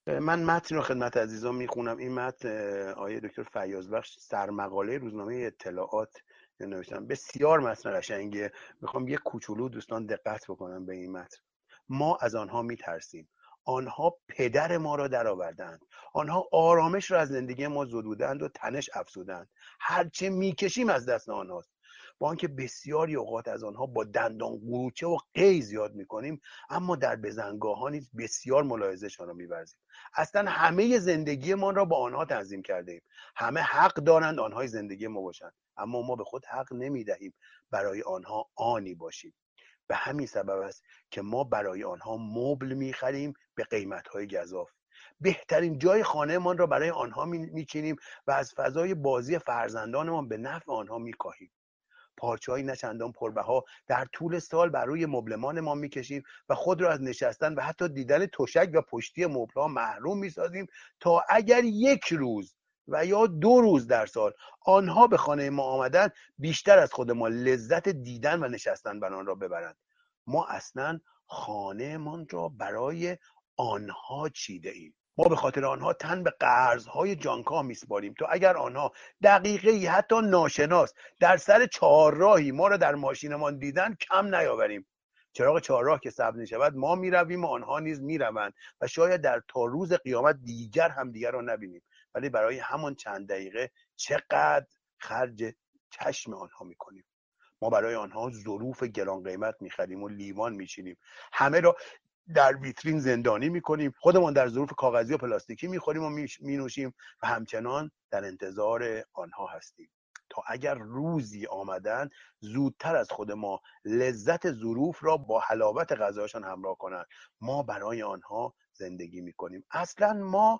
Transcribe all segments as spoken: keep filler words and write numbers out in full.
من متن رو خدمت عزیزان میخونم. این متن آقای دکتر فیاضبخش سرمقاله روزنامه اطلاعات نوشتن. بسیار متن قشنگیه. میخوام یک کوچولو دوستان دقت بکنم به این متن. ما از آنها میترسیم. آنها پدر ما را درآوردند. آنها آرامش را از زندگی ما زدودند و تنش افزودند. هرچه میکشیم از دست آنهاست. با آنکه بسیاری اوقات از آنها با دندان قروچه و قی زیاد میکنیم، اما در بزنگاه ها نیز بسیار ملاحظهشان را میورزیم. اصلا همه زندگیمان را با آنها تنظیم کرده ایم. همه حق دارند آنهای زندگی ما باشند، اما ما به خود حق نمیدهیم برای آنها آنی باشیم. به همین سبب است که ما برای آنها مبل میخریم به قیمتهای گزاف. بهترین جای خانهمان را برای آنها میچینیم و از فضای بازی فرزندانمان به نفع آنها میکاهیم. پارچه‌های نه چندان پربها در طول سال بر روی مبلمان ما میکشیم و خود را از نشستن و حتی دیدن تشک و پشتی مبل‌ها محروم میسازیم تا اگر یک روز و یا دو روز در سال آنها به خانه ما آمدن، بیشتر از خود ما لذت دیدن و نشستن بر آن را ببرند. ما اصلا خانهمان را برای آنها چیده ایم. ما به خاطر آنها تن به قرضهای جانکاه میسپاریم تا اگر آنها دقیقه حتی ناشناس در سر چهارراهی ما را در ماشینمان دیدن کم نیاوریم. چراغ چهارراه که سبز می شود ما می رویم و آنها نیز می روند و شاید در تا روز قیامت دیگر هم دیگر را نبینیم، ولی برای همان چند دقیقه چقدر خرج چشم آنها می کنیم. ما برای آنها ظروف گران قیمت می خریم و لیوان می چینیم. همه را در ویترین زندانی میکنیم. خودمان در ظروف کاغذی و پلاستیکی میخوریم و مینوشیم و همچنان در انتظار آنها هستیم تا اگر روزی آمدن زودتر از خود ما لذت ظروف را با حلاوت غذاشان همراه کنند. ما برای آنها زندگی میکنیم. اصلا ما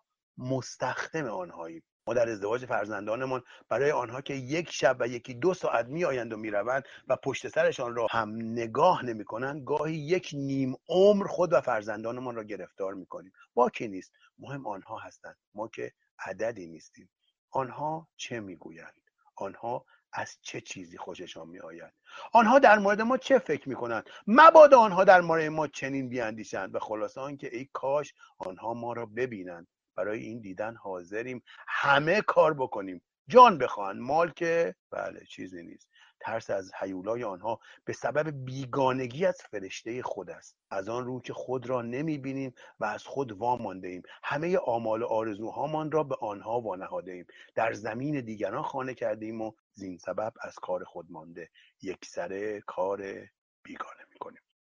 مستخدم آنهاییم. ما در ازدواج فرزندانمان برای آنها که یک شب و یکی دو ساعت میآیند و میروند و پشت سرشان را هم نگاه نمی کنند، گاهی یک نیم عمر خود و فرزندانمان را گرفتار می کنیم. ما که نیست، مهم آنها هستند. ما که عددی نیستیم. آنها چه میگویند؟ آنها از چه چیزی خوششان می آید؟ آنها در مورد ما چه فکر می کنند؟ مبادا آنها در مورد ما چنین بیاندیشند. و خلاصه آنکه ای کاش آنها ما را ببینند. برای این دیدن حاضریم همه کار بکنیم. جان بخواهند، مال که بله چیزی نیست. ترس از هیولای آنها به سبب بیگانگی از فرشته خود است. از آن رو که خود را نمی بینیم و از خود وامانده ایم. همه آمال و آرزوهامان را به آنها وانهاده ایم. در زمین دیگران خانه کرده ایم و زین سبب از کار خود مانده یک سره کار بیگانه می کنیم.